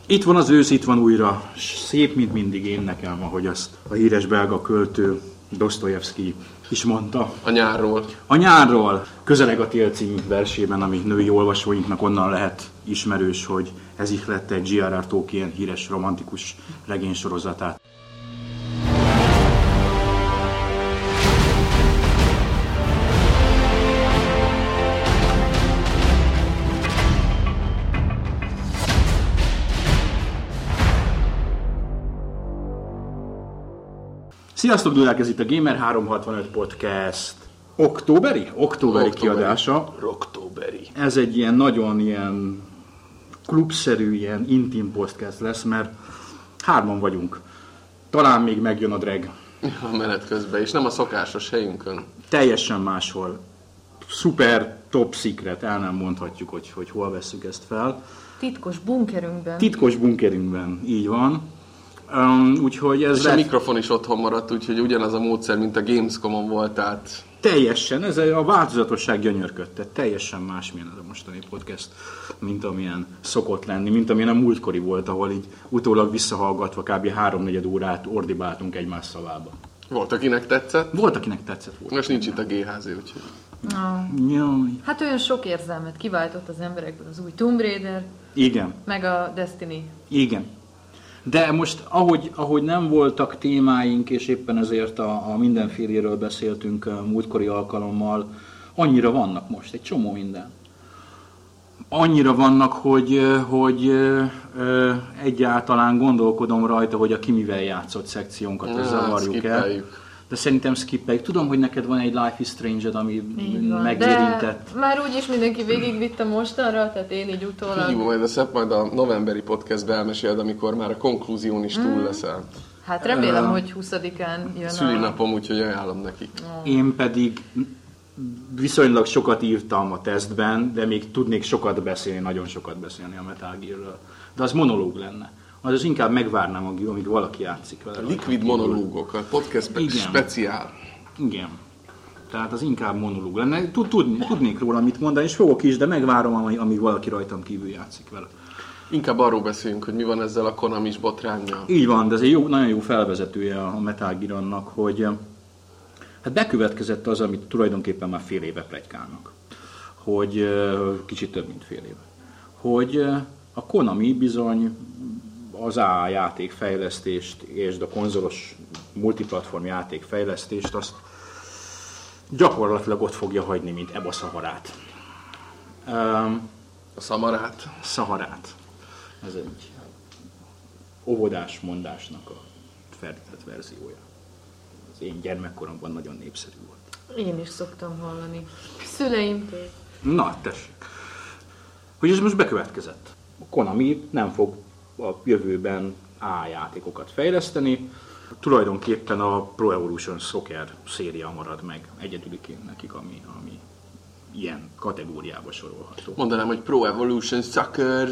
Itt van az ősz, itt van újra. Szép, mint mindig én nekem, ahogy azt a híres belga költő Dostoyevsky is mondta. A nyárról. A nyárról. Közeleg a tél című versében, ami női olvasóinknak onnan lehet ismerős, hogy ez ihlette J.R.R. Tolkien híres romantikus regénysorozatát. Sziasztok, Dudák, ez itt a Gamer365 Podcast októberi kiadása. Októberi. Ez egy ilyen nagyon ilyen klubszerű, ilyen intim podcast lesz, mert hárman vagyunk. Talán még megjön a drag. A menet közben, és nem a szokásos helyünkön. Teljesen máshol. Super top secret, el nem mondhatjuk, hogy hol vesszük ezt fel. Titkos bunkerünkben. Titkos bunkerünkben, így van. Úgyhogy ez és a mikrofon is otthon maradt, úgyhogy ugyanaz a módszer, mint a Gamescom-on volt, tehát... Teljesen, ez a változatosság gyönyörködte, teljesen másmilyen ez a mostani podcast, mint amilyen szokott lenni, mint amilyen a múltkori volt, ahol így utólag visszahallgatva kb. 3-4 órát ordibáltunk egymás szavába. Volt, akinek tetszett? Volt, akinek tetszett. Volt. Most nincs itt a GHZ, úgyhogy... Jaj. Hát olyan sok érzelmet kiváltott az emberekből az új Tomb Raider. Igen. Meg a Destiny. Igen. De most, ahogy nem voltak témáink, és éppen ezért a mindenféléről beszéltünk múltkori alkalommal, annyira vannak most, egy csomó minden. Annyira vannak, hogy egyáltalán gondolkodom rajta, hogy a ki mivel játszott szekciónkat, ezt zavarjuk el. De szerintem skippeljük. Tudom, hogy neked van egy Life is Strange-ed, ami megérintett. De már úgyis mindenki végigvitte mostanra, tehát én így utólag... Hívom, majd a novemberi podcastbe elmeséled, amikor már a konklúzión is túl leszel. Hát remélem, hogy 20-án jön szülinapom, úgyhogy ajánlom nekik. Én pedig viszonylag sokat írtam a tesztben, de még tudnék sokat beszélni, nagyon sokat beszélni a Metal Gearről. De az monológ lenne. Az inkább megvárnám, amíg valaki játszik vele. A likvid monológok, a podcast speciál. Igen. Tehát az inkább monológ lenne. Tudnék róla mit mondani, és fogok is, de megvárom, amíg valaki rajtam kívül játszik vele. Inkább arról beszélünk, hogy mi van ezzel a Konami-s botránnyal. Így van, de ez egy nagyon jó felvezetője a Metal Gear-nak, hogy hát bekövetkezett az, amit tulajdonképpen már fél éve pletykálnak. Hogy kicsit több, mint fél éve. Hogy a Konami bizony az AA játékfejlesztést és a konzolos multiplatform játékfejlesztést azt gyakorlatilag ott fogja hagyni, mint Eba Szaharát. A szamarát? Szaharát. Ez egy óvodás mondásnak a ferdített verziója. Az én gyermekkoromban nagyon népszerű volt. Én is szoktam hallani. Szüleimtől. Na, tessék. Hogy ez most bekövetkezett. A Konami nem fog a jövőben AA játékokat fejleszteni. Tulajdonképpen a Pro Evolution Soccer széria marad meg egyedüliként nekik, ami ilyen kategóriába sorolható. Mondanám, hogy Pro Evolution Soccer,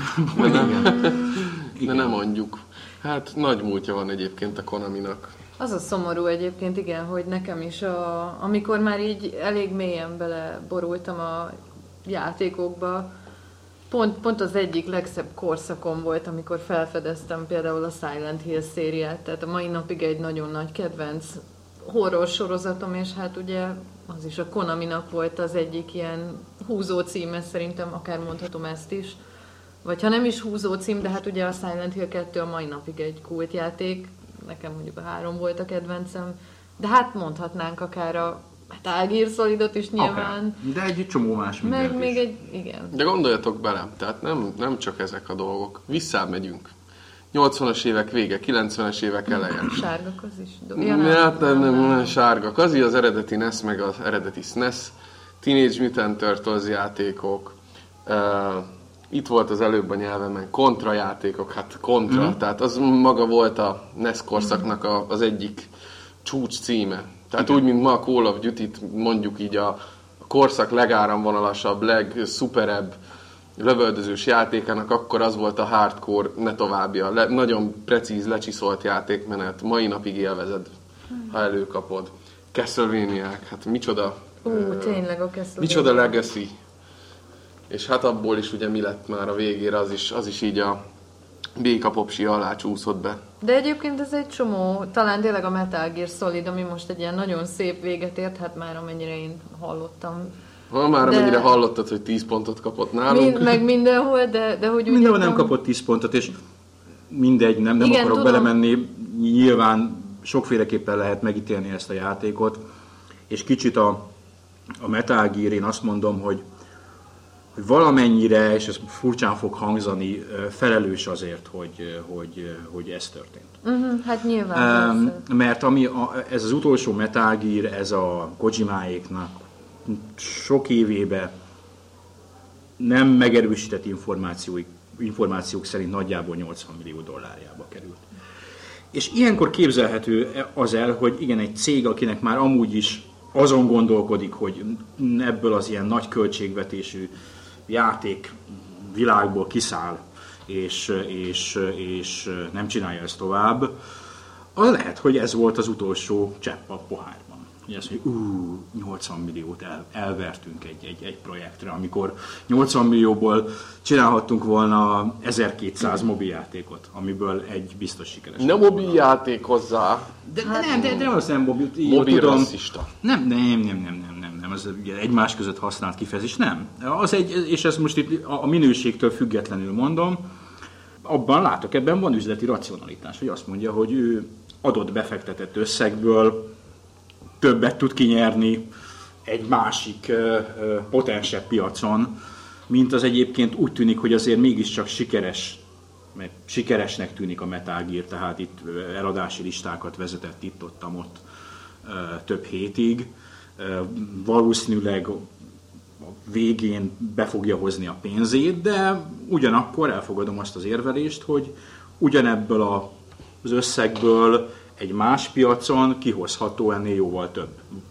de nem mondjuk. Hát nagy múltja van egyébként a Konaminak. Az a szomorú egyébként, igen, hogy nekem is, amikor már így elég mélyen beleborultam a játékokba, pont az egyik legszebb korszakom volt, amikor felfedeztem például a Silent Hill szériát, tehát a mai napig egy nagyon nagy kedvenc horror sorozatom, és hát ugye az is a Konaminak volt az egyik ilyen húzó címe, szerintem akár mondhatom ezt is. Vagy ha nem is húzó cím, de hát ugye a Silent Hill 2 a mai napig egy kultjáték, nekem mondjuk a 3 volt a kedvencem, de hát mondhatnánk akár a Metal Gear Solidot is nyilván. Okay. De egy csomó más mindent meg még egy, igen. De gondoljatok bele, tehát nem csak ezek a dolgok. Visszámegyünk. 80-as évek vége, 90-es évek eleje. Sárga kazi is. Nem, sárga kazi, az eredeti NES, meg az eredeti SNES. Teenage Mutant Turtles játékok. Itt volt az előbb a nyelvemen kontra játékok, hát kontra, tehát az maga volt a NES korszaknak az egyik csúcs címe. Tehát úgy, mint ma a Call of Duty-t mondjuk így a korszak legáramvonalasabb, legszuperebb lövöldözős játékának, akkor az volt a hardcore, ne továbbja. Nagyon precíz, lecsiszolt játékmenet, mai napig élvezed, ha előkapod. Castlevania-k, hát micsoda... tényleg a Castlevania. Micsoda legacy. És hát abból is ugye mi lett már a végére, az is így a béka popsi alá csúszott be. De egyébként ez egy csomó, talán tényleg a Metal Gear Solid, ami most egy ilyen nagyon szép véget ért, hát már amennyire én hallottam. Amennyire hallottad, hogy 10 pontot kapott nálunk. Meg mindenhol, de hogy úgy mindenhol nem kapott 10 pontot, és mindegy, nem igen, akarok tudom. belemenni. Nyilván sokféleképpen lehet megítélni ezt a játékot, és kicsit a Metal Gear, én azt mondom, hogy valamennyire, és ez furcsán fog hangzani, felelős azért, hogy ez történt. Hát nyilván. Mert ez az utolsó Metal Gear, ez a Kojimáéknak sok évében nem megerősített információk szerint nagyjából $80 millió került. És ilyenkor képzelhető az el, hogy igen, egy cég, akinek már amúgy is azon gondolkodik, hogy ebből az ilyen nagy költségvetésű játék világból kiszáll, és nem csinálja ezt tovább, az lehet, hogy ez volt az utolsó csepp a pohárban. Hogy azt mondja, 80 milliót elvertünk egy projektre, amikor 80 millióból csinálhattunk volna 1200 mobiljátékot, amiből egy biztos sikeres. Nem mobiljáték hozzá. De az nem mobil. Mobilrasszista. Nem, az ugye egymás között használt kifejezés, nem. És ezt most itt a minőségtől függetlenül mondom, abban látok, ebben van üzleti racionalitás, hogy azt mondja, hogy ő adott befektetett összegből többet tud kinyerni egy másik potensebb piacon, mint az egyébként úgy tűnik, hogy azért mégiscsak sikeresnek tűnik a Metal Gear, tehát itt eladási listákat vezetett itt-ott több hétig. Valószínűleg a végén be fogja hozni a pénzét, de ugyanakkor elfogadom azt az érvelést, hogy ugyanebből az összegből egy más piacon kihozható ennél jóval több.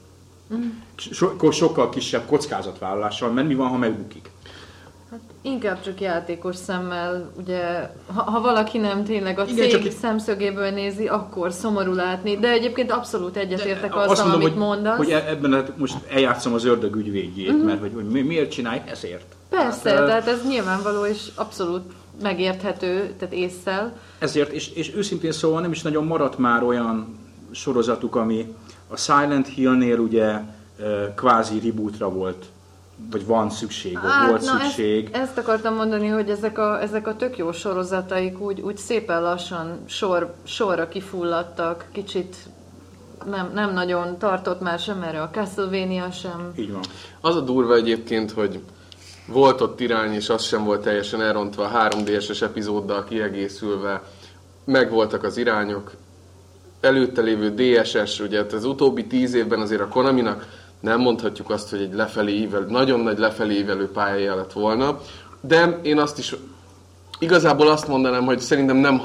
Sokkal kisebb kockázatvállalással, mert mi van, ha megbukik? Hát inkább csak játékos szemmel, ugye, ha valaki nem tényleg a igen, cég szemszögéből nézi, akkor szomorú látni, de egyébként abszolút egyetértek azzal, mondom, amit mondasz. Hogy ebben most eljátszom az ördög ügyvédjét, mert hogy miért csinálj, ezért. Persze, tehát ez nyilvánvaló és abszolút megérthető, tehát ésszel. Ezért, és őszintén szóval nem is nagyon maradt már olyan sorozatuk, ami a Silent Hill-nél ugye kvázi rebootra volt, vagy van szükség, vagy volt szükség. Ezt akartam mondani, hogy ezek a tök jó sorozataik úgy szépen lassan sorra kifulladtak, kicsit nem nagyon tartott már sem erre a Castlevania sem. Így van. Az a durva egyébként, hogy volt ott irány, és az sem volt teljesen elrontva, 3DS-es epizóddal kiegészülve, megvoltak az irányok. Előtte lévő DSS, ugye az utóbbi 10 évben azért a Konaminak nem mondhatjuk azt, hogy egy nagyon nagy lefelé ívelő pályája lett volna, de én azt is igazából azt mondanám, hogy szerintem nem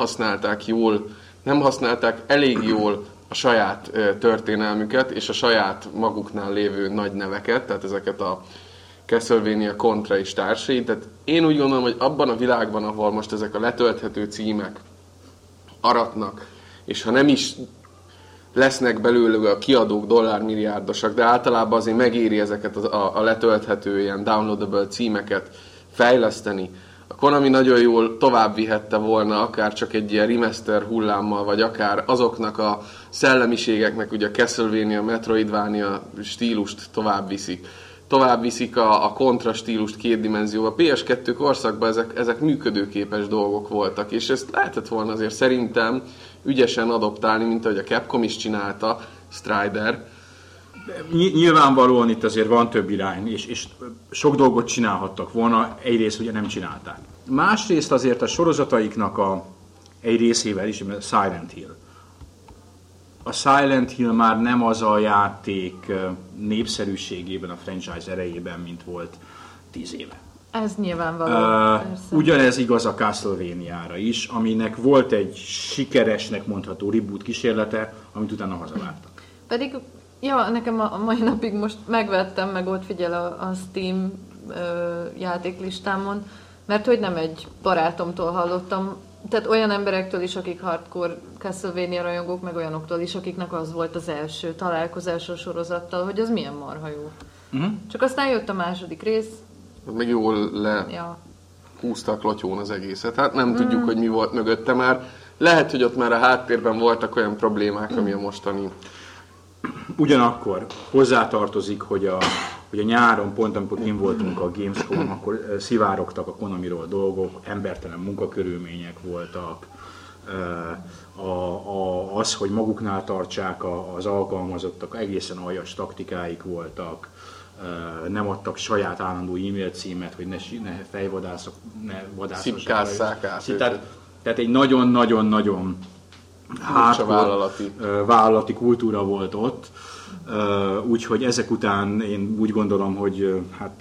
használták elég jól a saját történelmüket, és a saját maguknál lévő nagy neveket, tehát ezeket a Castlevania, Contra és társai. Tehát én úgy gondolom, hogy abban a világban, ahol most ezek a letölthető címek aratnak, és ha nem is lesznek belőle a kiadók dollármilliárdosak, de általában azért megéri ezeket a letölthető ilyen downloadable címeket fejleszteni. A Konami nagyon jól tovább vihette volna, akár csak egy ilyen remaster hullámmal, vagy akár azoknak a szellemiségeknek, ugye a Castlevania, Metroidvania stílust tovább viszik a kontra stílust két dimenzióba. A PS2 korszakban ezek működőképes dolgok voltak, és ezt lehetett volna azért szerintem ügyesen adoptálni, mint ahogy a Capcom is csinálta, Strider. Nyilvánvalóan itt azért van több irány, és sok dolgot csinálhattak volna, egyrészt ugye nem csinálták. Másrészt azért a sorozataiknak egy részével is, a Silent Hill. A Silent Hill már nem az a játék népszerűségében, a franchise erejében, mint volt 10 éve. Ez nyilvánvaló. Ugyanez igaz a Castlevania-ra is, aminek volt egy sikeresnek mondható reboot kísérlete, amit utána hazavártak. Pedig, nekem a mai napig most megvettem, meg ott figyel a Steam játéklistámon, mert hogy nem egy barátomtól hallottam, tehát olyan emberektől is, akik hardcore Castlevania rajongók, meg olyanoktól is, akiknek az volt az első találkozás a sorozattal, hogy az milyen marha jó. Csak aztán jött a második rész. Meg jól húztak lotyón az egészet. Hát nem tudjuk, hogy mi volt mögötte már. Lehet, hogy ott már a háttérben voltak olyan problémák, ami a mostani. Ugyanakkor hozzátartozik, hogy a nyáron, pont amikor kint voltunk a Gamescom, akkor szivárogtak a Konamiról dolgok, embertelen munkakörülmények voltak, az, hogy maguknál tartsák az alkalmazottak, egészen aljas taktikáik voltak, nem adtak saját állandó e-mail címet, hogy ne fejvadászok, ne vadászassák. Tehát egy nagyon-nagyon-nagyon vállalati kultúra volt ott, úgyhogy ezek után én úgy gondolom, hogy hát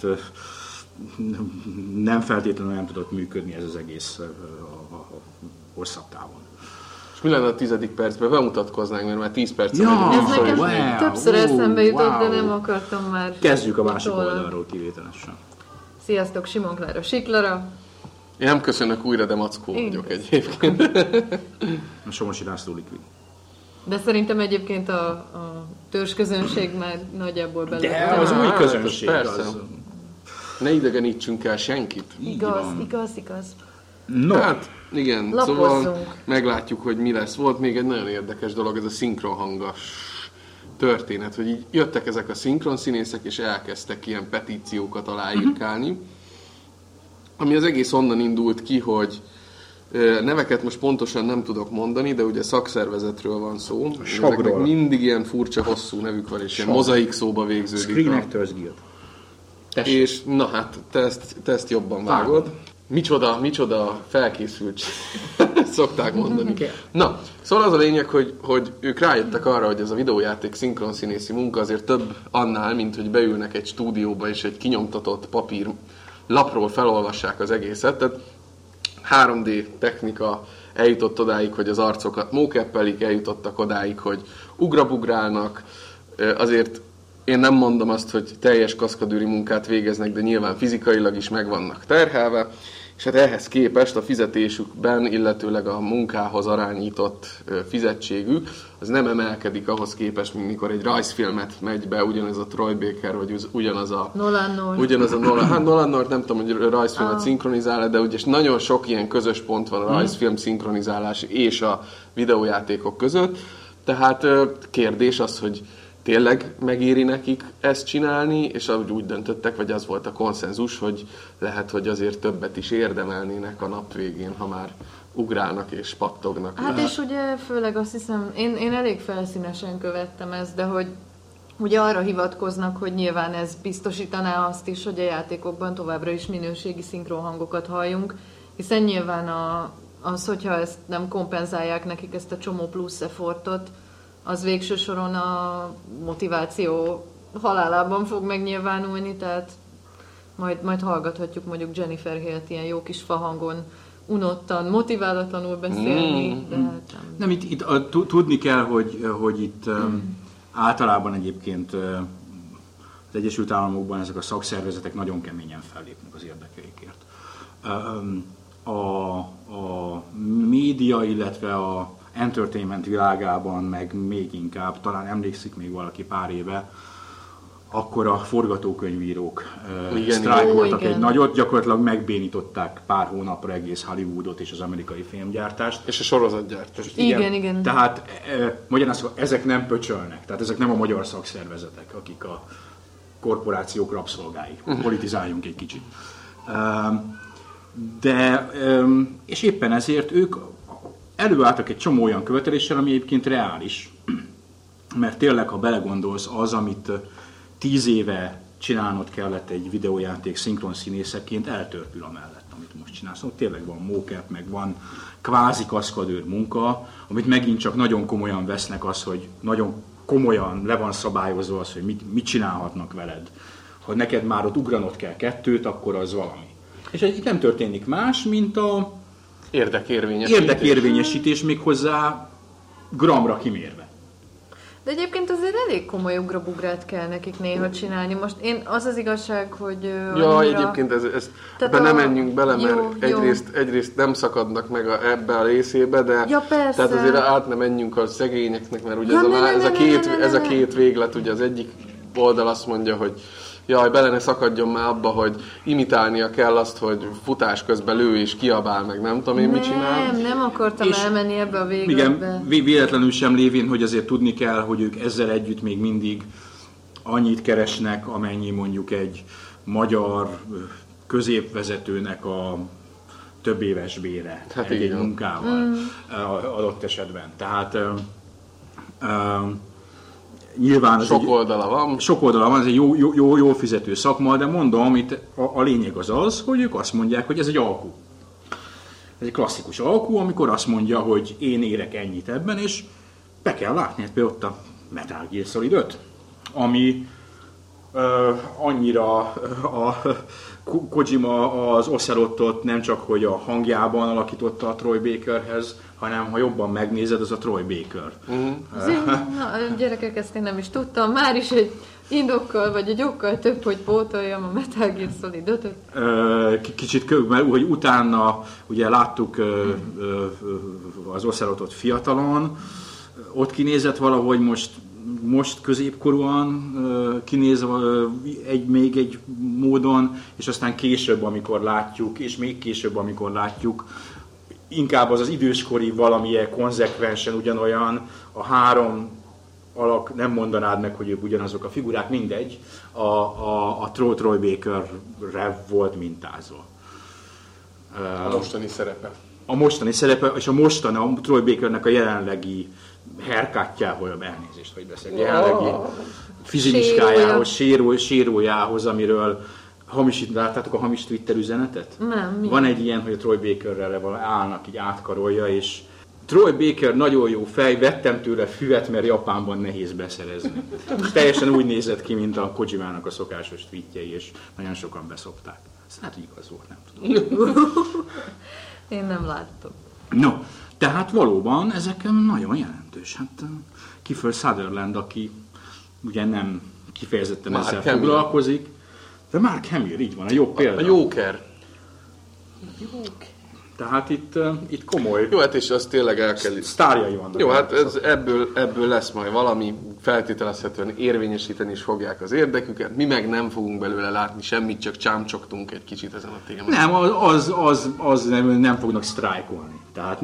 nem feltétlenül nem tudott működni ez az egész hosszabb távon. És mi lenne a 10. percben? Bemutatkoznánk, mert már 10 perc. Ez nekem többször eszembe jutott, de nem akartam már. Kezdjük a másik oldalról kivételesen. Sziasztok, Simon Klára Siklara. Én nem köszönök újra, de Mackó vagyok egyébként. A Somosi László Likvid. De szerintem egyébként a törzsközönség már nagyjából bele. De az új közönség az. Ne idegenítsünk el senkit. Igaz. No. Hát igen, lapozzunk. Szóval meglátjuk, hogy mi lesz. Volt még egy nagyon érdekes dolog, ez a szinkronhangos történet, hogy így jöttek ezek a szinkronszínészek, és elkezdtek ilyen petíciókat aláírkálni. Ami az egész onnan indult ki, hogy neveket most pontosan nem tudok mondani, de ugye szakszervezetről van szó. Ezeknek mindig ilyen furcsa, hosszú nevük van, és ilyen mozaik szóba végződik. Screen Actors Guild. És na hát, te ezt jobban vágod. Micsoda felkészültség, szokták mondani. Na, szóval az a lényeg, hogy ők rájöttek arra, hogy ez a videójáték szinkronszínészi munka azért több annál, mint hogy beülnek egy stúdióba és egy kinyomtatott papír lapról felolvassák az egészet. Tehát 3D technika eljutott odáig, hogy az arcokat mókeppelik, eljutottak odáig, hogy ugrabugrálnak. Azért én nem mondom azt, hogy teljes kaszkadőri munkát végeznek, de nyilván fizikailag is meg vannak terhelve. És hát ehhez képest a fizetésükben, illetőleg a munkához arányított fizetségük, az nem emelkedik ahhoz képest, mint mikor egy rajzfilmet megy be, ugyanez a Troy Baker, vagy ugyanaz a Nolan North, nem tudom, hogy rajzfilmet szinkronizál, de ugye nagyon sok ilyen közös pont van a rajzfilm szinkronizálás és a videójátékok között. Tehát kérdés az, hogy tényleg megéri nekik ezt csinálni, és úgy döntöttek, vagy az volt a konszenzus, hogy lehet, hogy azért többet is érdemelnének a nap végén, ha már ugrálnak és pattognak. Hát és ugye főleg azt hiszem, én elég felszínesen követtem ezt, de hogy ugye arra hivatkoznak, hogy nyilván ez biztosítaná azt is, hogy a játékokban továbbra is minőségi szinkronhangokat halljunk, hiszen nyilván az, hogyha ezt nem kompenzálják nekik ezt a csomó plusz effortot, az végső soron a motiváció halálában fog megnyilvánulni, tehát majd hallgathatjuk mondjuk Jennifer Hale-t ilyen jó kis fahangon unottan, motiválatlanul beszélni, de hát nem. Itt tudni kell, hogy itt általában egyébként az Egyesült Államokban ezek a szakszervezetek nagyon keményen fellépnek az érdekeikért. A média, illetve a entertainment világában, meg még inkább, talán emlékszik még valaki pár éve, akkor a forgatókönyvírók sztrájkoltak egy nagyot, gyakorlatilag megbénították pár hónapra egész Hollywoodot és az amerikai filmgyártást. És a sorozatgyártást. Igen. Tehát magyarán ezek nem pöcsölnek, tehát ezek nem a magyar szakszervezetek, akik a korporációk rabszolgái. Politizáljunk egy kicsit. És éppen ezért ők előálltak egy csomó olyan követeléssel, ami egyébként reális. Mert tényleg, ha belegondolsz, az, amit 10 éve csinálnod kellett egy videójáték szinkronszínészeként, eltörpül amellett, amit most csinálsz. Szóval tényleg van mocap, meg van kvázi kaszkadőr munka, amit megint csak nagyon komolyan vesznek az, hogy nagyon komolyan le van szabályozva az, hogy mit csinálhatnak veled. Ha neked már ott ugranod kell 2, akkor az valami. És itt nem történik más, mint a érdekérvényesítés méghozzá gramra kimérve. De egyébként azért elég komoly ugrabugrát kell nekik néha csinálni. Most az az igazság, hogy... egyébként ebbe nem menjünk bele, mert egyrészt nem szakadnak meg ebbe a részébe, de tehát azért át nem menjünk a szegényeknek, mert ugye ez a két véglet, ugye az egyik oldal azt mondja, hogy jaj, bele ne szakadjon már abba, hogy imitálnia kell azt, hogy futás közben lő és kiabál, meg nem tudom én mit csinál. Nem akartam elmenni ebbe a végletbe. Igen, véletlenül sem lévén, hogy azért tudni kell, hogy ők ezzel együtt még mindig annyit keresnek, amennyi mondjuk egy magyar középvezetőnek a több éves bére egy munkával adott esetben. Tehát nyilván sok oldala van. Sok oldala van, ez egy jó fizető szakma, de mondom, itt a lényeg az, hogy ők azt mondják, hogy ez egy alkú. Ez egy klasszikus alkú, amikor azt mondja, hogy én érek ennyit ebben, és be kell látni, hát például ott a Metal Gear Solid 5, ami annyira a Kojima az Ocelottot nem csak hogy a hangjában alakította a Troy Bakerhez, hanem ha jobban megnézed, az a Troy Baker. Gyerekek, ezt én nem is tudtam. Már is egy indokkal, vagy egy okkal több, hogy pótoljam a Metal Gear Solid 5-öt. Kicsit, mert hogy utána ugye láttuk az Ocelottot fiatalon, ott kinézett valahogy most középkorúan kinéz még egy módon, és aztán később, amikor látjuk, és még később, amikor látjuk, inkább az időskori valamilyen konzekvensen ugyanolyan, a három alak, nem mondanád meg, hogy ők ugyanazok a figurák, mindegy, a Troy Bakerre volt mintázva. A mostani szerepe. A mostani szerepe, és a Troy Bakernek a jelenlegi herkátjához, elnézést, hogy beszélek, jelenlegi fizimiskájához, sérójához, amiről láttátok a hamis Twitter üzenetet? Nem, mi? Van egy ilyen, hogy a Troy Bakerrel állnak, így átkarolja, és Troy Baker nagyon jó fej, vettem tőle füvet, mert Japánban nehéz beszerezni. Teljesen úgy nézett ki, mint a Kojimának a szokásos tweetjei, és nagyon sokan beszopták. Ez hát igaz volt, nem tudom. Én nem láttam. No, tehát valóban ezek nagyon jelentős. Hát Kiefer Sutherland, aki ugye nem kifejezetten Mark ezzel Hamill. foglalkozik, de Mark Hamill, így van, a jobb példa. A Joker. Tehát itt komoly Jó, hát és az tényleg el kell... sztárjai vannak. Jó, hát ebből lesz majd valami, feltételezhetően érvényesíteni is fogják az érdeküket, mi meg nem fogunk belőle látni semmit, csak csámcsogtunk egy kicsit ezen a témán. Nem, az nem fognak sztrájkolni. Tehát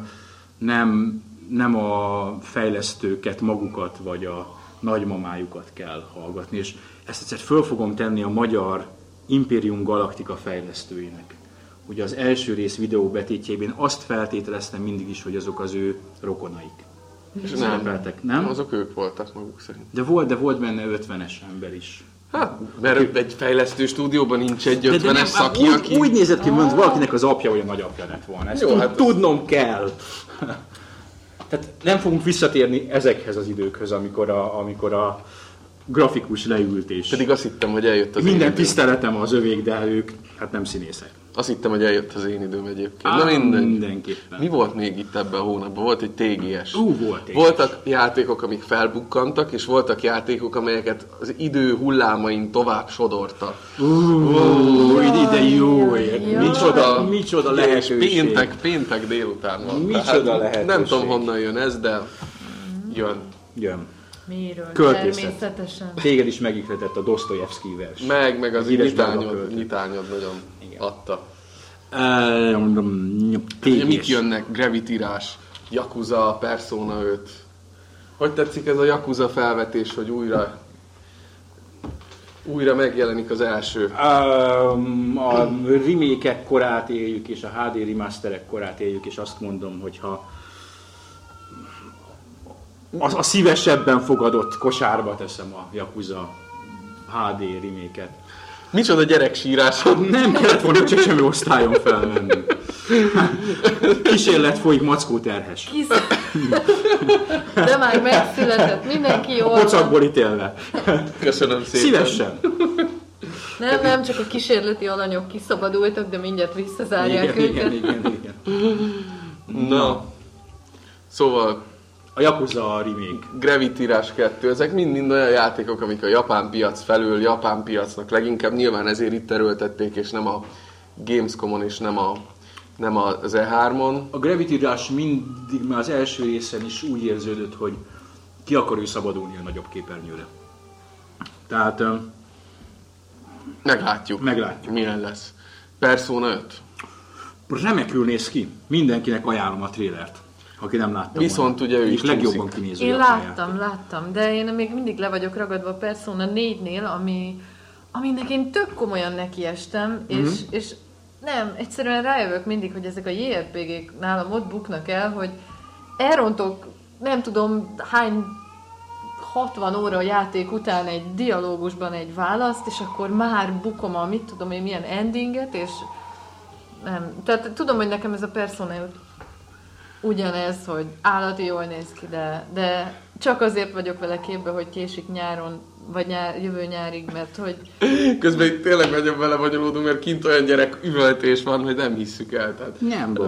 nem a fejlesztőket, magukat, vagy a nagymamájukat kell hallgatni. És ezt egyszer föl fogom tenni a magyar Imperium Galactica fejlesztőinek. Ugye az első rész videóbetétjében azt feltételeztem mindig is, hogy azok az ő rokonaik. És nem? Azok ők voltak maguk szerint. De volt benne 50-es ember is. Hát, mert egy fejlesztő stúdióban nincs egy 50-es szaki, aki... Úgy nézett ki, mint valakinek az apja olyan nagyapja lett volna. Ezt tudnom kell. Tehát nem fogunk visszatérni ezekhez az időkhöz, amikor a grafikus leült és... Pedig azt hittem, hogy eljött az minden tiszteletem az övék, de ők hát nem színészek. Azt hittem, hogy eljött az én időm egyébként. Na mindenképpen. Mi volt még itt ebben a hónapban? Volt egy TGS. Volt TGS. Voltak játékok, amik felbukkantak, és voltak játékok, amelyeket az idő hullámain tovább sodortak. Ide jó ér. Micsoda lehetőség. Péntek délután van. Micsoda lehetőség. Nem tudom, honnan jön ez, de jön. Miről? Költészet. Természetesen. Téged is megihletett a Dostoyevsky vers. Meg az nyitányod nagyon adta. Mik jönnek? Gravitírás, Yakuza, Persona 5. Hogy tetszik ez a Yakuza felvetés, hogy újra megjelenik az első? A remake-ek korát éljük, és a HD remasterek korát éljük, és azt mondom, hogyha a szívesebben fogadott kosárba teszem a Yakuza HD remake-et. Micsoda gyereksírás! Nem kellett volna csak semmi osztályon felmenni. Kísérlet folyik, mackó terhes. De már megszületett, mindenki jól van. Pocakból ítélve. Köszönöm szépen. Szívesen. Nem, csak a kísérleti alanyok kiszabadultak, de mindjárt visszazárják őket. Igen. Na, szóval... A Yakuza remake. Gravitírás 2, ezek mind olyan játékok, amik a japán piac felől, japán piacnak leginkább nyilván ezért itt erőltették, és nem a Gamescomon, és nem az E3-on. A Gravitírás mindig már az első részen is úgy érződött, hogy ki akar ő szabadulni a nagyobb képernyőre. Tehát Meglátjuk. Milyen lesz. Persona 5. Remekül néz ki. Mindenkinek ajánlom a trélert, aki nem látta. Viszont ugye ő is legjobban kinéző. Én láttam, de én még mindig le vagyok ragadva a Persona 4-nél, aminek én tök komolyan nekiestem, és nem, egyszerűen rájövök mindig, hogy ezek a JRPG-k nálam ott buknak el, hogy elrontok nem tudom hány 60 óra játék után egy dialógusban egy választ, és akkor már bukom a mit tudom én milyen endinget, és nem. Tehát tudom, hogy nekem ez a Persona ugyanez, hogy állati jól néz ki, de csak azért vagyok vele képbe, hogy késik nyáron, vagy jövő nyárig, mert hogy... Közben tényleg nagyon vele bonyolódunk, mert kint olyan gyerek üvöltés van, hogy nem hisszük el. Tehát...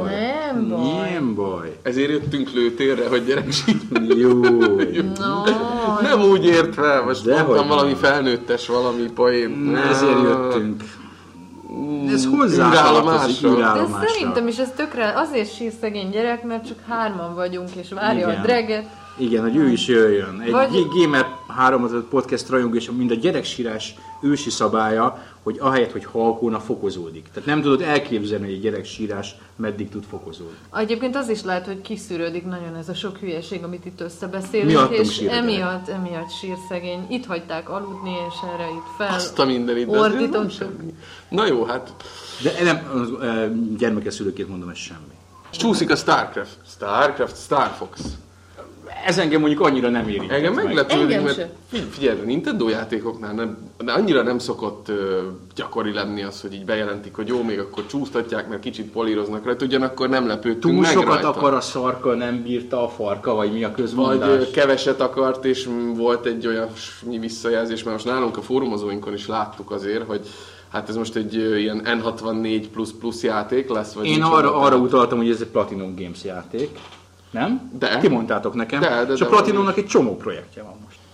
Nem baj. Ezért jöttünk lőtérre, hogy gyerek Jó. No. Nem úgy értve, most mondtam valami felnőttes, valami poén. Ezért jöttünk. Ez hozzátartozik űrállomásra. De szerintem is ez tökre azért sír szegény gyerek, mert csak 3-an vagyunk, és várja a Dreget. Igen, hogy ő is jöjjön. Egy Gamer 3 podcast rajongó, és mind a gyereksírás ősi szabálya, hogy ahelyett, hogy halkulna, fokozódik. Tehát nem tudod elképzelni, hogy egy gyereksírás meddig tud fokozódni. Egyébként az is lehet, hogy kiszűrődik nagyon ez a sok hülyeség, amit itt összebeszélünk, és emiatt sír szegény. Itt hagyták aludni, és erre itt fel azt a mindenit, ordítottuk. Na jó, hát... De nem, gyermekes szülőként mondom, ez semmi. És csúszik a Starcraft, Star Fox. Ez engem mondjuk annyira nem érint. Engem meglepődik, mert figyelj, a Nintendo játékoknál annyira nem szokott gyakori lenni az, hogy így bejelentik, hogy jó, még akkor csúsztatják, mert kicsit políroznak rajta, ugyanakkor nem lepődtünk meg sokat rajta. akar a szarka, nem bírta a farka, vagy mi a közmondás? Vagy keveset akart, és volt egy olyan visszajelzés, mert most nálunk a fórumozóinkon is láttuk azért, hogy hát ez most egy ilyen N64++ játék lesz, vagy én arra utaltam, hogy ez egy Platinum Games játék. Nem? De. Ti mondtátok nekem. De, és a Platinumnak egy csomó projektje van most.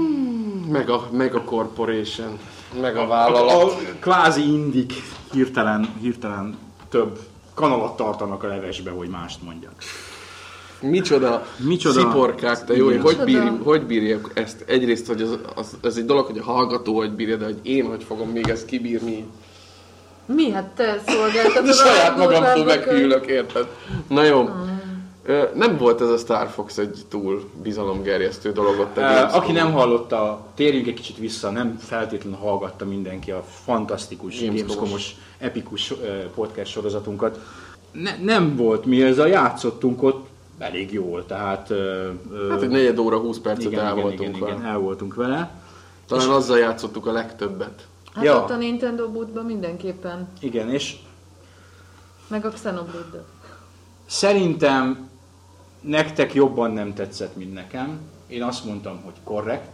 Meg a Corporation, meg a vállalat. A kvázi indik hirtelen több kanalat tartanak a levesbe, hogy mást mondjak. Micsoda sziporkák, te jó, hogy bírják ezt? Egyrészt, hogy ez egy dolog, hogy a hallgató hogy bírja, de hogy én hogy fogom még ezt kibírni. Mi? Hát te szolgáltatod de saját magamtól meghűlök, érted? Na jó. Nem volt ez a Star Fox egy túl bizalomgerjesztő dolog ott a Gamescom. Aki nem hallotta, térjünk egy kicsit vissza, nem feltétlenül hallgatta mindenki a fantasztikus, Gamescom-os, epikus podcast sorozatunkat. Nem volt mi, ezzel játszottunk ott elég jól, tehát... Hát egy 4 óra 20 percet el voltunk vele. Talán azzal játszottuk a legtöbbet. Hát ott a Nintendo bootban mindenképpen. Igen, és... Meg a Xenoblade-del. Szerintem nektek jobban nem tetszett, mint nekem. Én azt mondtam, hogy korrekt.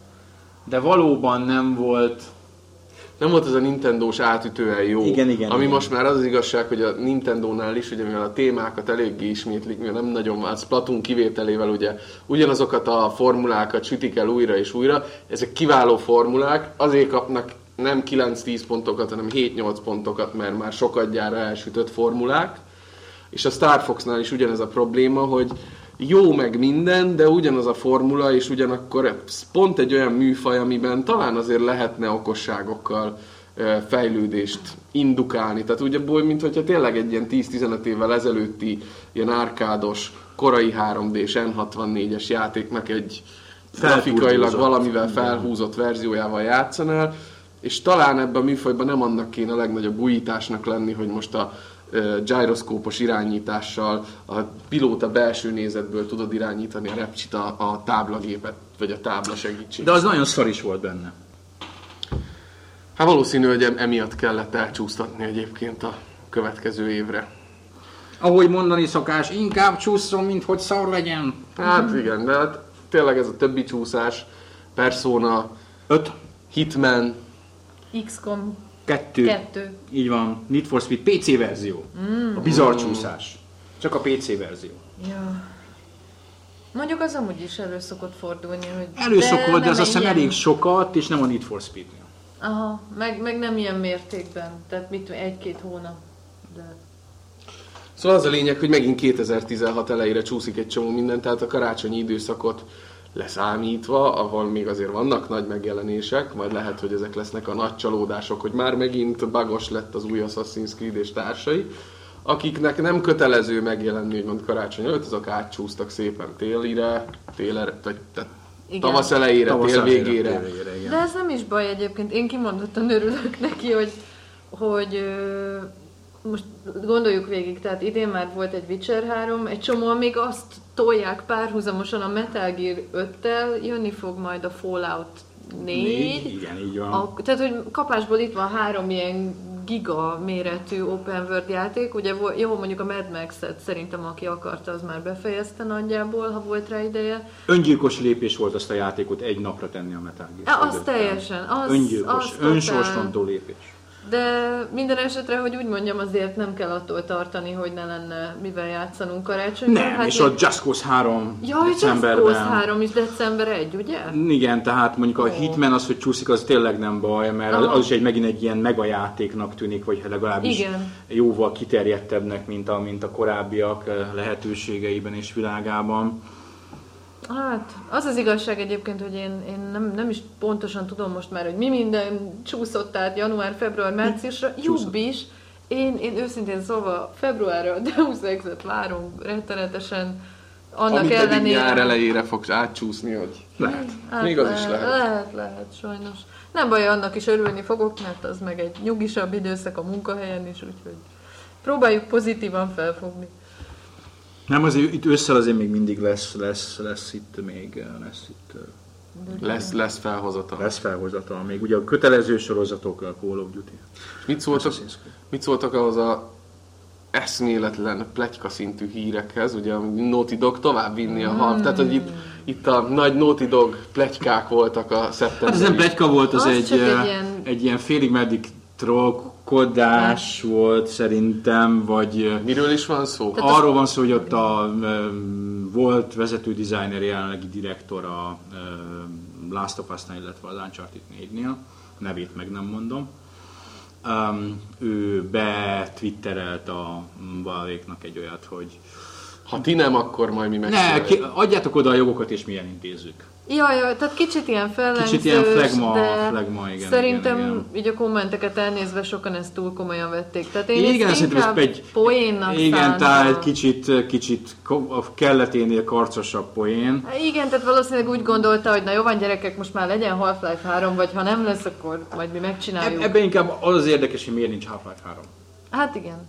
De valóban nem volt... Nem volt ez a Nintendós átütően jó. Igen. Most már az igazság, hogy a Nintendónál is, ugye mivel a témákat eléggé ismétlik, mivel nem nagyon, a Splatoon kivételével ugye ugyanazokat a formulákat sütik el újra és újra. Ezek kiváló formulák, azért kapnak nem 9-10 pontokat, hanem 7-8 pontokat, mert már sokadjára elsütött formulák. És a Star Foxnál is ugyanez a probléma, hogy jó meg minden, de ugyanaz a formula, és ugyanakkor pont egy olyan műfaj, amiben talán azért lehetne okosságokkal fejlődést indukálni. Tehát ugye, mint hogyha tényleg egy ilyen 10-15 évvel ezelőtti ilyen árkádos, korai 3D-s N64-es játéknak egy grafikailag valamivel felhúzott verziójával játszanál, és talán ebben a műfajban nem annak kéne a legnagyobb újításnak lenni, hogy most a gyroszkópos irányítással a pilóta belső nézetből tudod irányítani a repcsit a táblagépet, vagy a tábla segítségével. De az nagyon szar is volt benne. Hát valószínű, hogy emiatt kellett elcsúsztatni egyébként a következő évre. Ahogy mondani szokás, inkább csúszson, mint hogy szar legyen. Hát igen, de hát tényleg ez a többi csúszás, Persona 5, Hitman, XCOM 2. Így van. Need for Speed PC verzió. A bizarr csúszás. Csak a PC verzió. Ja. Mondjuk az amúgy is elő szokott fordulni, hogy... Előszokott, de az azt hiszem elég sokat, és nem a Need for Speed-nél. Aha, meg nem ilyen mértékben. Tehát mit 1-2 hónap. De... Szóval az a lényeg, hogy megint 2016 elejére csúszik egy csomó minden, tehát a karácsonyi időszakot leszámítva, ahol még azért vannak nagy megjelenések, majd lehet, hogy ezek lesznek a nagy csalódások, hogy már megint bugos lett az új Assassin's Creed és társai, akiknek nem kötelező megjelenni, hogy mond karácsony előtt, azok átcsúsztak szépen télre, tehát tavasz elejére, tél végére. De ez nem is baj egyébként, én kimondottan örülök neki, hogy most gondoljuk végig, tehát idén már volt egy Witcher 3, egy csomóan még azt tolják párhuzamosan a Metal Gear 5-tel, jönni fog majd a Fallout 4. Igen, így van. Tehát, hogy kapásból itt van 3 ilyen giga méretű open world játék, ugye jó, mondjuk a Mad Max-et szerintem aki akarta, az már befejezte nagyjából, ha volt rá ideje. Öngyilkos lépés volt azt a játékot egy napra tenni a Metal Gear. Az teljesen. Öngyilkos, önsorsrontó lépés. De minden esetre, hogy úgy mondjam, azért nem kell attól tartani, hogy ne lenne mivel játszanunk karácsonyra. Nem, hát és a Just Cause 3 decemberben. Just Cause 3 is december 1, ugye? Igen, tehát mondjuk a Hitman az, hogy csúszik, az tényleg nem baj, mert az is megint egy ilyen megajátéknak tűnik, vagy legalábbis jóval kiterjedtebbnek, mint a korábbiak lehetőségeiben és világában. Hát, az az igazság egyébként, hogy én nem is pontosan tudom most már, hogy mi minden csúszott át január, február, márciusra, jobb is. Én őszintén szólva februárra a Deus Ex-et várom rettenetesen. Annak amit ellenére... eddig nyár elejére fogsz átcsúszni, hogy lehet. Hát még az is lehet. Lehet, sajnos. Nem baj, annak is örülni fogok, mert az meg egy nyugisabb időszak a munkahelyen is, úgyhogy próbáljuk pozitívan felfogni. Nem, azért itt ősszel azért még mindig lesz itt lesz felhozatal. Lesz felhozatal. Még ugye a kötelező sorozatok, a Call of Duty. Mit szóltak ahhoz a eszméletlen pletyka szintű hírekhez, ugye a Naughty Dog tovább vinni a half, tehát hogy itt a nagy Naughty Dog pletykák voltak a szeptemberi. Hát ez nem pletyka volt, az egy ilyen félig meddig trollkodás volt szerintem, vagy... Miről is van szó? Arról van szó, hogy ott volt vezető designer, jelenlegi direktor a Last of Us-nál, illetve az Uncharted 4-nél, nevét meg nem mondom. Ő betwitterelt a Valve-éknak egy olyat, hogy... Ha ti nem, akkor majd mi megcsináljuk. Adjátok oda a jogokat, és mi elintézzük. Jaj, tehát kicsit ilyen fellengzős, kicsit ilyen flagma, igen. Szerintem igen. így a kommenteket elnézve sokan ezt túl komolyan vették. Tehát én igen, ezt inkább poénnak igen, tehát kicsit a kelleténél karcosabb poén. Igen, tehát valószínűleg úgy gondolta, hogy na jó van gyerekek, most már legyen Half-Life 3, vagy ha nem lesz, akkor majd mi megcsináljuk. Ebben inkább az érdekes, hogy miért nincs Half-Life 3. Hát igen.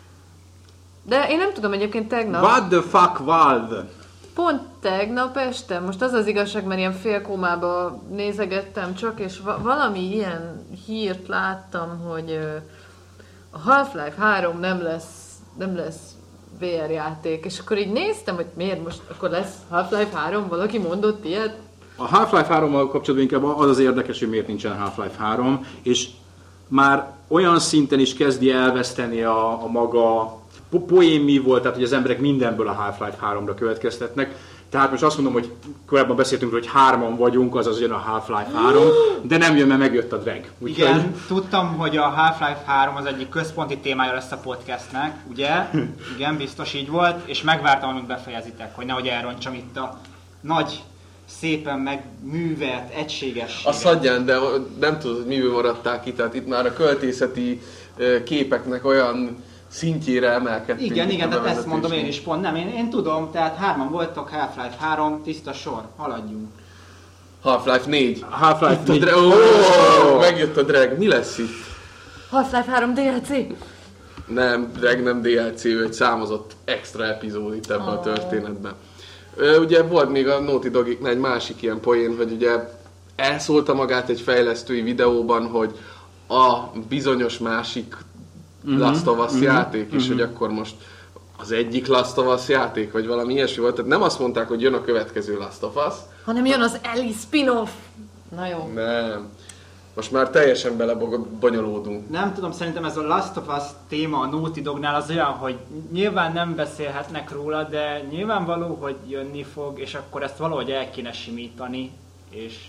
De én nem tudom egyébként tegnap... What the fuck, Valve? Pont tegnap este, most az az igazság, mert ilyen félkómába nézegettem csak, és valami ilyen hírt láttam, hogy a Half-Life 3 nem lesz VR játék, és akkor így néztem, hogy miért most akkor lesz Half-Life 3, valaki mondott ilyet? A Half-Life 3-mal kapcsolatban inkább az érdekes, hogy miért nincsen Half-Life 3, és már olyan szinten is kezdi elveszteni a maga poén mi volt, tehát hogy az emberek mindenből a Half-Life 3-ra következtetnek. Tehát most azt mondom, hogy korábban beszéltünk, hogy 3-an vagyunk, azaz jön a Half-Life 3, de nem jön, mert megjött a drag. Igen, tudtam, hogy a Half-Life 3 az egyik központi témája lesz a podcastnek, ugye? Igen, biztos így volt, és megvártam, amíg befejezitek, hogy nehogy elrontsam itt a nagy, szépen megművelt, egységességet. Azt hagyján, de nem tudod, hogy miből maradtál ki, tehát itt már a költészeti képeknek olyan szintjére emelkedtünk. Igen, de ezt mondom én is pont. Nem, én tudom, tehát 3-an voltak, Half-Life 3, tiszta sor, haladjunk. Half-Life 4. Half-Life 4. Megjött a drag, mi lesz itt? Half-Life 3 DLC? Nem, drag nem DLC, ő egy számozott extra epizód itt ebben a történetben. Ugye volt még a Naughty Dogiknál egy másik ilyen poén, hogy ugye elszólta magát egy fejlesztői videóban, hogy a bizonyos másik Last of Us játék is, hogy akkor most az egyik Last of Us játék, vagy valami ilyesmi volt. Tehát nem azt mondták, hogy jön a következő Last of Us, hanem jön az Ellie spin-off. Na jó. Nem. Most már teljesen belebonyolódunk. Nem tudom, szerintem ez a Last of Us téma a Naughty Dognál az olyan, hogy nyilván nem beszélhetnek róla, de nyilvánvaló, hogy jönni fog, és akkor ezt valahogy el kéne simítani, és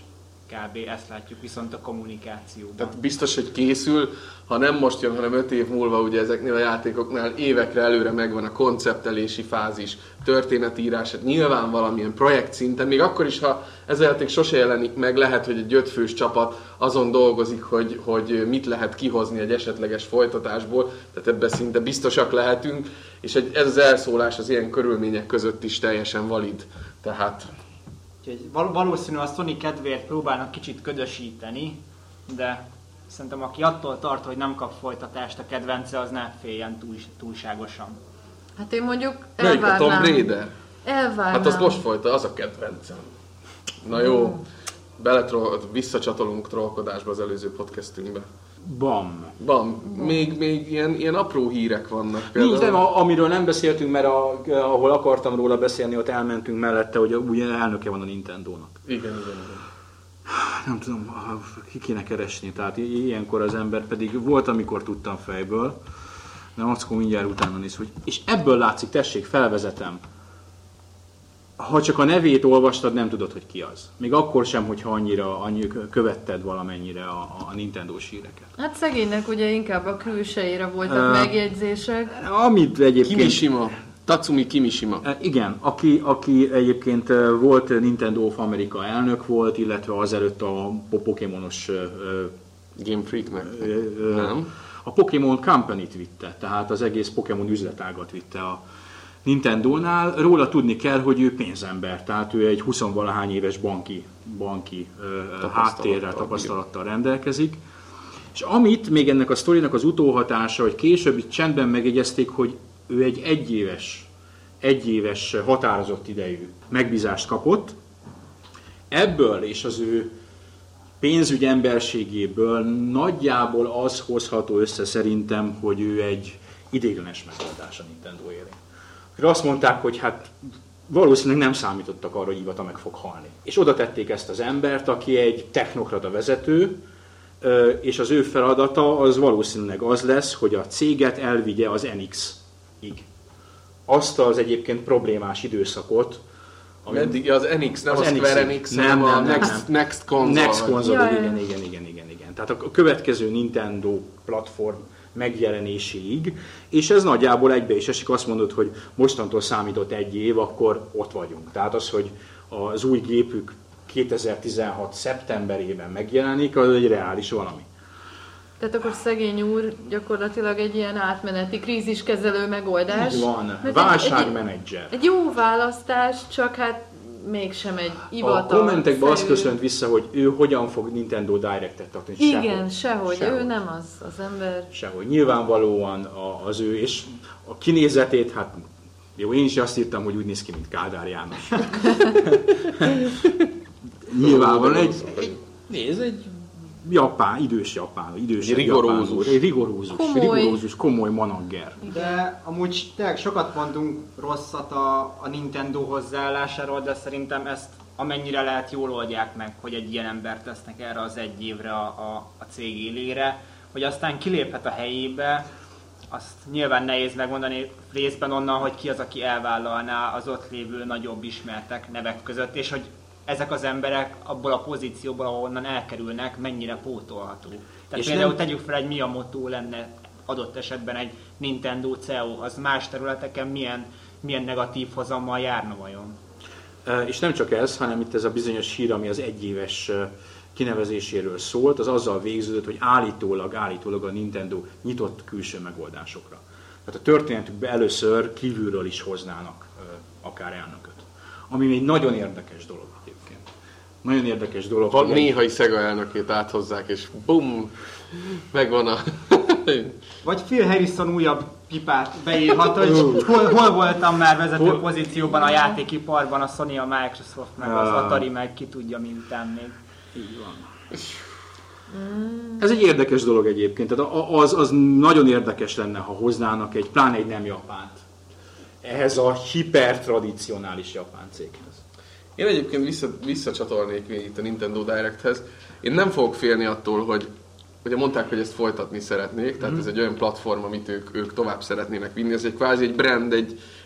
Kb. Ezt látjuk viszont a kommunikációban. Tehát biztos, hogy készül, ha nem most jön, hanem 5 év múlva, ugye ezeknél a játékoknál évekre előre megvan a konceptelési fázis, történetírás, hát nyilván valamilyen projekt szinten, még akkor is, ha ez a játék sose jelenik meg, lehet, hogy egy 5 fős csapat azon dolgozik, hogy mit lehet kihozni egy esetleges folytatásból, tehát ebben szinte biztosak lehetünk, és ez az elszólás az ilyen körülmények között is teljesen valid. Tehát... Úgyhogy valószínű a Sony kedvéért próbálnak kicsit ködösíteni, de szerintem aki attól tart, hogy nem kap folytatást a kedvence, az ne féljen túlságosan. Hát én mondjuk Melyik a Tomb Raider? Elvárnám. Hát az most folyta, az a kedvencem. Na jó, visszacsatolunk trollkodásba az előző podcastünkbe. Van. Még ilyen apró hírek vannak. Nincs, de amiről nem beszéltünk, mert ahol akartam róla beszélni, ott elmentünk mellette, hogy ugye elnöke van a Nintendónak. Igen. Nem tudom, ki kéne keresni, tehát ilyenkor az ember pedig volt, amikor tudtam fejből, de akkor mindjárt utána néz, hogy... És ebből látszik, tessék, felvezetem. Ha csak a nevét olvastad, nem tudod, hogy ki az. Még akkor sem, hogyha annyi követted valamennyire a Nintendós híreket. Hát szegénynek ugye inkább a külsejére voltak megjegyzések. Amit egyébként... Kimishima. Tatsumi Kimishima. Igen, aki egyébként volt Nintendo of America elnök volt, illetve azelőtt a Pokémonos... Game Freaknek. Nem. A Pokémon Company-t vitte, tehát az egész Pokémon üzletágat vitte a Nintendónál. Róla tudni kell, hogy ő pénzember, tehát ő egy 20-valahány éves banki háttérrel, tapasztalattal rendelkezik. És amit még ennek a sztorinak az utóhatása, hogy később itt csendben megjegyezték, hogy ő egy egyéves határozott idejű megbízást kapott. Ebből és az ő pénzügy emberségéből nagyjából az hozható össze szerintem, hogy ő egy ideiglenes megoldás a Nintendo élén. Azt mondták, hogy hát valószínűleg nem számítottak arra, hogy Iwata meg fog halni. És oda tették ezt az embert, aki egy technokrata vezető, és az ő feladata az valószínűleg az lesz, hogy a céget elvigye az NX-ig. Azt az egyébként problémás időszakot, Meddig az NX, nem az a Square NX, hanem a Next Console. Next Console, igen. Tehát a következő Nintendo platform megjelenéséig, és ez nagyjából egybe is esik, azt mondod, hogy mostantól számított 1 év, akkor ott vagyunk. Tehát az, hogy az új gépük 2016. szeptemberében megjelenik, az egy reális valami. Tehát akkor szegény úr gyakorlatilag egy ilyen átmeneti kríziskezelő megoldás. Így van, válságmenedzser. Egy jó választás, csak hát mégsem egy Iwata. A kommentekben azt köszönt vissza, hogy ő hogyan fog Nintendo Direct-et tartani. Igen, sehogy. Ő nem az ember. Sehogy. Nyilvánvalóan az ő, és a kinézetét, hát jó, én is azt írtam, hogy úgy néz ki, mint Kádár János. Nyilvánvalóan egy idős rigorózus, komoly managger. De amúgy tényleg sokat mondunk rosszat a Nintendo hozzáállásáról, de szerintem ezt amennyire lehet jól oldják meg, hogy egy ilyen embert tesznek erre az 1 évre a cég élére, hogy aztán kiléphet a helyébe, azt nyilván nehéz megmondani részben onnan, hogy ki az, aki elvállalná az ott lévő nagyobb ismertek nevek között, és hogy ezek az emberek abból a pozícióból, ahonnan elkerülnek, mennyire pótolható. Tehát és például tegyük fel, egy Miyamoto lenne adott esetben egy Nintendo CEO, az más területeken milyen negatív hozammal járna vajon? És nem csak ez, hanem itt ez a bizonyos hír, ami az 1 éves kinevezéséről szólt, az azzal végződött, hogy állítólag a Nintendo nyitott külső megoldásokra. Tehát a történetükben először kívülről is hoznának akár elnököt. Ami egy nagyon érdekes dolog egyébként. Nagyon érdekes dolog. Van néhai Sega elnökét áthozzák, és bum, megvan a... Vagy Phil Harrison újabb pipát beírhat, hogy hol voltam már vezető pozícióban a játékiparban, a Sony, a Microsoft, meg az Atari, meg ki tudja mintán még. Így van. Ez egy érdekes dolog egyébként. Tehát az nagyon érdekes lenne, ha hoznának pláne egy nem japánt ehhez a hipertradicionális japán céghez. Én egyébként visszacsatolnék még itt a Nintendo Directhez. Én nem fogok félni attól, hogy ugye mondták, hogy ezt folytatni szeretnék, tehát ez egy olyan platform, amit ők tovább szeretnének vinni. Ez egy kvázi egy brand, egy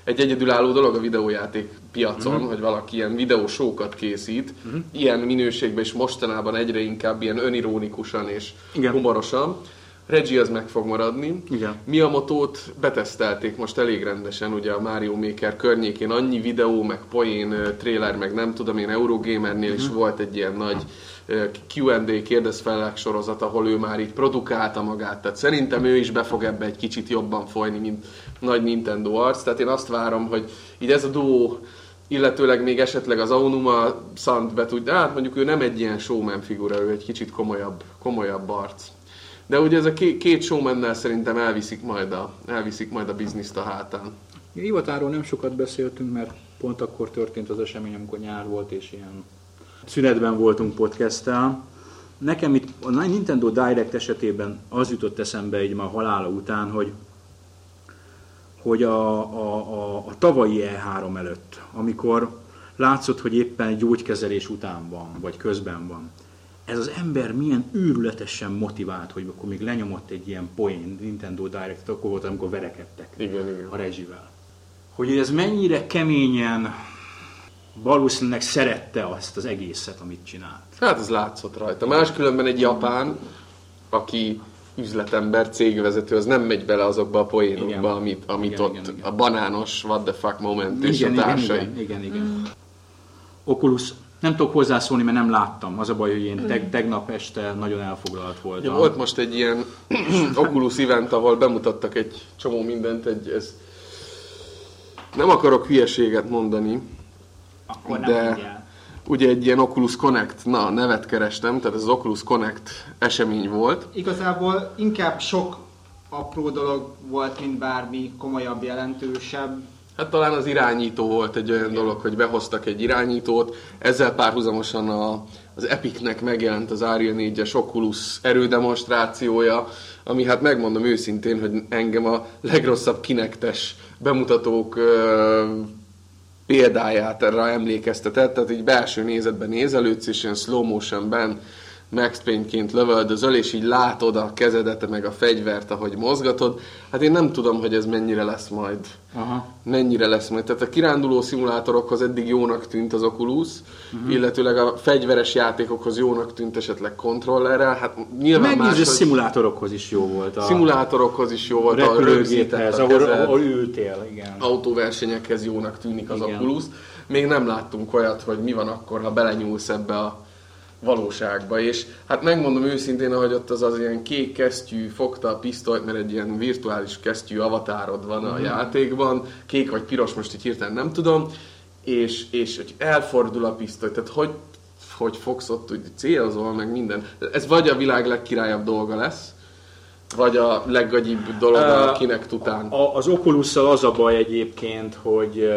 egy egyedülálló dolog a videójáték piacon, hogy valaki ilyen videósókat készít, ilyen minőségben, és mostanában egyre inkább ilyen önirónikusan és humorosan. Reggie az meg fog maradni. Igen. Miyamotót betesztelték most elég rendesen, ugye a Mario Maker környékén annyi videó, meg poén, trailer, meg nem tudom én, Eurogamernél is volt egy ilyen nagy Q&A kérdezfelelek sorozat, ahol ő már így produkálta magát, tehát szerintem ő is be fog ebbe egy kicsit jobban folyni, mint nagy Nintendo arc, tehát én azt várom, hogy így ez a duó, illetőleg még esetleg az Aonuma Sant be tud, de hát mondjuk ő nem egy ilyen showman figura, ő egy kicsit komolyabb arc. De ugye ez a két showmannel szerintem elviszik majd a bizniszt a hátán. Ivatáról nem sokat beszéltünk, mert pont akkor történt az esemény, amikor nyár volt, és ilyen szünetben voltunk podcasttel. Nekem itt a Nintendo Direct esetében az jutott eszembe így már halála után, hogy a tavalyi E3 előtt, amikor látszott, hogy éppen gyógykezelés után van, vagy közben van, ez az ember milyen őrületesen motivált, hogy akkor még lenyomott egy ilyen poén Nintendo Direct-et, akkor volt, amikor verekedtek Igen. a Reggie-vel. Hogy ez mennyire keményen valószínűleg szerette azt az egészet, amit csinált. Hát ez látszott rajta. Máskülönben egy japán, aki üzletember, cégvezető, az nem megy bele azokba a poénokba, amit ott igen. A banános what the fuck moment és a társai. Igen. Oculus, nem tudok hozzászólni, mert nem láttam. Az a baj, hogy én tegnap este nagyon elfoglalt voltam. Ja, volt most egy ilyen Oculus event, ahol bemutattak egy csomó mindent, nem akarok hülyeséget mondani, akkor nem ugye egy ilyen Oculus Connect, nevet kerestem, tehát ez az Oculus Connect esemény volt. Igazából inkább sok apró dolog volt, mint bármi komolyabb, jelentősebb. Hát talán az irányító volt egy olyan dolog, hogy behoztak egy irányítót, ezzel párhuzamosan az Epicnek megjelent az Unreal 4-es Oculus erődemonstrációja, ami hát megmondom őszintén, hogy engem a legrosszabb Kinectes bemutatók példájára emlékeztetett, tehát így belső nézetben nézelődsz, és ilyen slow motionben Max Payne-ként lövöldözöl, és így látod a kezedet, meg a fegyvert, ahogy mozgatod. Hát én nem tudom, hogy ez mennyire lesz majd. Aha. Mennyire lesz majd. Tehát a kiránduló szimulátorokhoz eddig jónak tűnt az Oculus, illetőleg a fegyveres játékokhoz jónak tűnt esetleg kontrollerrel. Hát nyilván máshogy... szimulátorokhoz is jó volt. Szimulátorokhoz is jó volt. A repülőgéphez, ahol ültél, igen. Autóversenyekhez jónak tűnik az Oculus. Még nem láttunk olyat, hogy mi van akkor, ha belenyúlsz ebbe a valóságba, és hát megmondom őszintén, ahogy ott az ilyen kék kesztyű fogta a pisztolyt, mert egy ilyen virtuális kesztyű avatárod van a játékban, kék vagy piros, most így hirtelen nem tudom, és hogy elfordul a pisztoly, tehát hogy fogsz ott, hogy célzol, meg minden. Ez vagy a világ legkirályabb dolga lesz, vagy a leggagyibb dolog a Kinect után. Az Oculusszal az a baj egyébként, hogy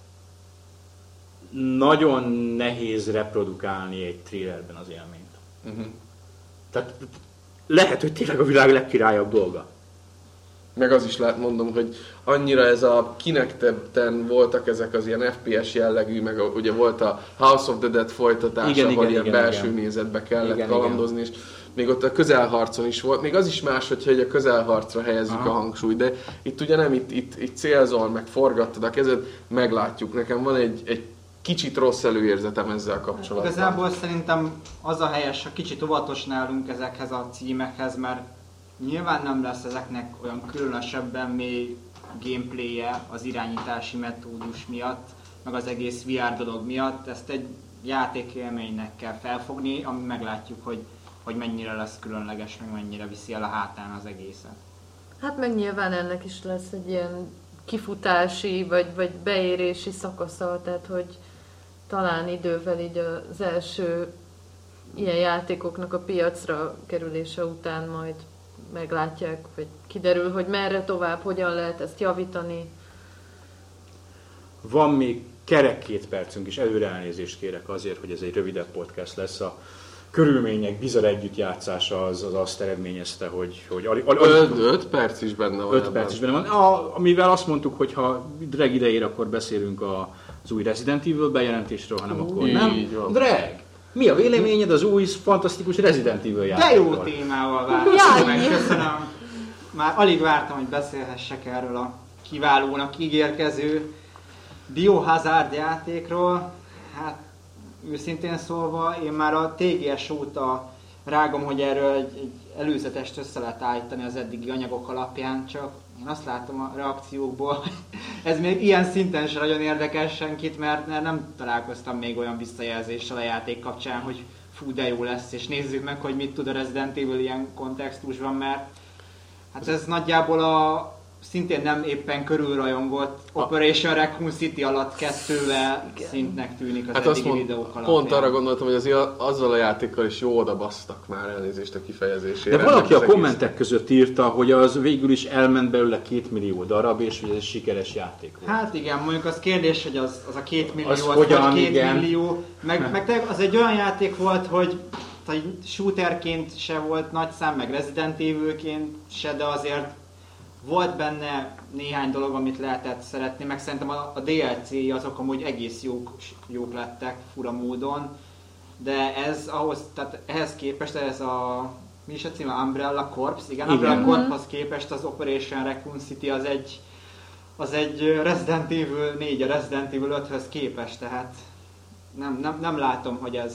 nagyon nehéz reprodukálni egy thrillerben az élményt. Tehát lehet, hogy tényleg a világ legkirályabb dolga. Meg az is lehet, mondom, hogy annyira ez a Kinect-en voltak ezek az ilyen FPS jellegű, meg ugye volt a House of the Dead folytatás, ahol ilyen belső nézetbe kellett kalandozni, és még ott a közelharcon is volt. Még az is más, hogyha egy a közelharcra helyezzük a hangsúlyt, de itt ugye nem, itt célzol, meg forgattad a kezed, meglátjuk. Nekem van egy kicsit rossz előérzetem ezzel kapcsolatban. Igazából szerintem az a helyes, ha kicsit óvatos nálunk ezekhez a címekhez, mert nyilván nem lesz ezeknek olyan különösebben mély gameplayje az irányítási metódus miatt, meg az egész VR dolog miatt. Ezt egy játékélménynek kell felfogni, ami meglátjuk, hogy mennyire lesz különleges, meg mennyire viszi el a hátán az egészet. Hát meg nyilván ennek is lesz egy ilyen kifutási vagy beérési szakasza, tehát hogy talán idővel így az első ilyen játékoknak a piacra kerülése után majd meglátják, vagy kiderül, hogy merre tovább, hogyan lehet ezt javítani. Van még kerek 2 percünk is, előre elnézést kérek azért, hogy ez egy rövidebb podcast lesz. A körülmények bizarr együttjátszása az azt eredményezte, hogy 5 perc is benne van. 5 perc is benne van. Amivel azt mondtuk, hogy ha drag idejére, akkor beszélünk az új Resident Evil bejelentésről, hanem akkor nem. Drag! Mi a véleményed az új, fantasztikus Resident Evil játékról? De jó témával vártam meg, köszönöm. Már alig vártam, hogy beszélhessek erről a kiválónak ígérkező Biohazard játékról. Hát őszintén szólva, én már a TGS óta rágom, hogy erről egy előzetest össze lehet állítani az eddigi anyagok alapján, csak én azt látom a reakciókból, hogy ez még ilyen szinten sem nagyon érdekes senkit, mert nem találkoztam még olyan visszajelzéssel a játék kapcsán, hogy fú, de jó lesz, és nézzük meg, hogy mit tud a Resident Evil ilyen kontextusban, mert hát ez nagyjából szintén nem éppen körülrajongott Operation Raccoon City alatt 2-vel szintnek tűnik az eddigi videók alapján. Pont arra gondoltam, hogy azért azzal a játékkal is jó odabasztak már, elnézést a kifejezésére. De valaki a kommentek között írta, hogy az végül is elment belőle 2 millió darab, és hogy ez egy sikeres játék volt. Hát igen, mondjuk az kérdés, hogy az a 2 millió, az vagy 2 millió, meg az egy olyan játék volt, hogy shooterként se volt nagy szám, meg Resident Evilként se, de azért volt benne néhány dolog, amit lehetett szeretni, meg szerintem a DLC-i azok amúgy egész jók lettek fura módon, de ehhez képest ez mi is a címe? Umbrella Corps? Igen. Umbrella Corpshoz képest az Operation Raccoon City az egy Resident Evil 4, a Resident Evil 5-höz képest, tehát nem látom, hogy ez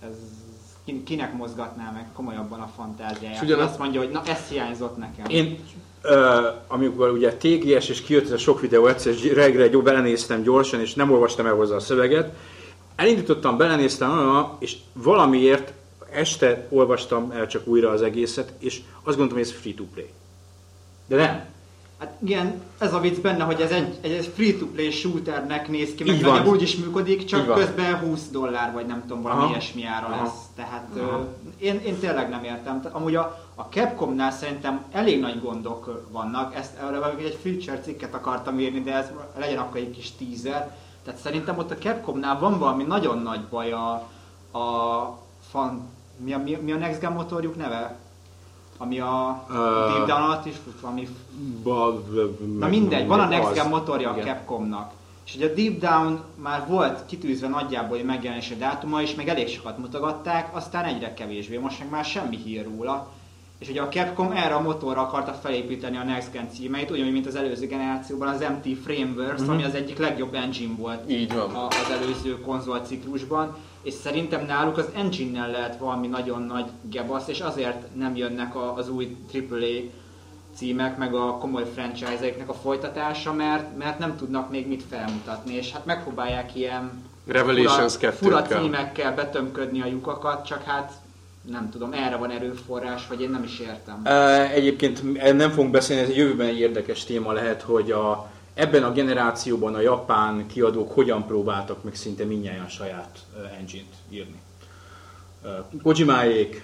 kinek mozgatná meg komolyabban a fantáziáját. És azt mondja, hogy na ez hiányzott nekem. Amikor ugye TGS és kijött ez a sok videó, egyszer reggel belenéztem gyorsan, és nem olvastam el hozzá a szöveget. Elindítottam, belenéztem, és valamiért este olvastam el csak újra az egészet, és azt gondoltam, hogy ez free-to-play. De nem. Hát igen, ez a vicc benne, hogy ez egy free-to-play shooternek néz ki, meg nagyjából úgy is működik, csak közben $20 vagy nem tudom, valami ilyesmi ára lesz. Tehát én tényleg nem értem. Amúgy a Capcomnál szerintem elég nagy gondok vannak, egy feature cikket akartam írni, de ez legyen akkor egy kis teaser. Tehát szerintem ott a Capcomnál van valami nagyon nagy baj mi a Next Gen motorjuk neve? Ami a Deep Down alatt is fut, valami... Na mindegy, van a Next Gen motorja a Capcomnak. És ugye a Deep Down már volt kitűzve nagyjából egy megjelenési dátuma, és meg elég sokat mutogatták, aztán egyre kevésbé, most meg már semmi hír róla. És ugye a Capcom erre a motorra akarta felépíteni a Next Gen címeit, ugyanúgy, mint az előző generációban az MT Frameworks, ami az egyik legjobb engine volt az előző konzolciklusban. És szerintem náluk az engine-nel lehet valami nagyon nagy gebasz, és azért nem jönnek az új AAA címek, meg a komoly franchise-eknek a folytatása, mert nem tudnak még mit felmutatni, és hát megpróbálják ilyen fura címekkel betömködni a lyukakat, csak hát nem tudom, erre van erőforrás, vagy én nem is értem. Egyébként nem fogunk beszélni, ez egy jövőben egy érdekes téma lehet, hogy ebben a generációban a japán kiadók hogyan próbáltak meg szinte mindnyájan saját engine-t írni. Kojimáék,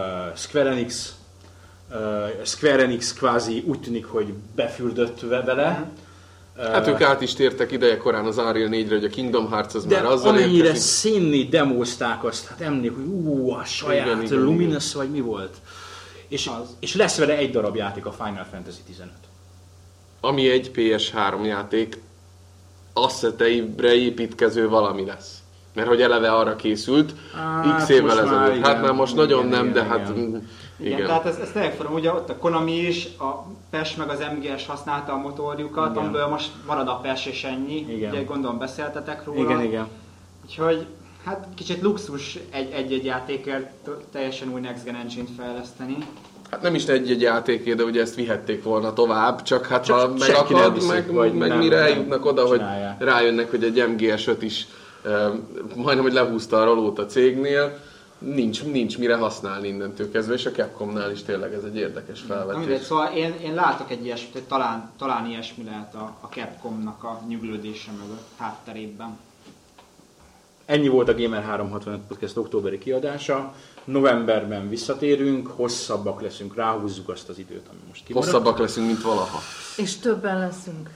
Square Enix kvázi úgy tűnik, hogy befürdött vele. Hát ők át is tértek ideje korán az Unreal 4-re, hogy a Kingdom Hearts az már azzal érkezik. De amennyire színni demózták azt, hát emlék, hogy a saját igen, Luminous vagy mi volt. És lesz vele egy darab játék, a Final Fantasy 15. Ami egy PS3 játék asszeteibre építkező valami lesz. Mert hogy eleve arra készült, x évvel ezelőtt. Hát már most nagyon nem, de hát... Igen, tehát ez tényleg fura, ugye ott a Konami is, a PES meg az MGS használta a motorjukat, amiből most marad a PES és ennyi. Igen. Ugye gondolom beszéltetek róla. Igen. Úgyhogy hát kicsit luxus egy játékért teljesen új Next Gen engine-t fejleszteni. Hát nem is egy játékért, de ugye ezt vihették volna tovább, csak hát ha megakad, meg mire eljutnak oda, hogy rájönnek, hogy egy MGS-öt is majdnem, hogy lehúzta a rolót a cégnél, nincs mire használni innentől kezdve, és a Capcomnál is tényleg ez egy érdekes felvetés. Mindegy, szóval én látok egy ilyesmit, hogy talán ilyesmi lehet a Capcomnak a nyuglődése mögött hátterében. Ennyi volt a Gamer 365 Podcast októberi kiadása. Novemberben visszatérünk, hosszabbak leszünk, ráhúzzuk azt az időt, ami most kimaradt. Hosszabbak leszünk, mint valaha. És többen leszünk.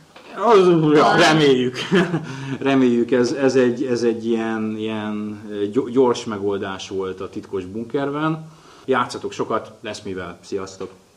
Reméljük, ez egy ilyen gyors megoldás volt a titkos bunkerben. Játszatok sokat, lesz mivel. Sziasztok!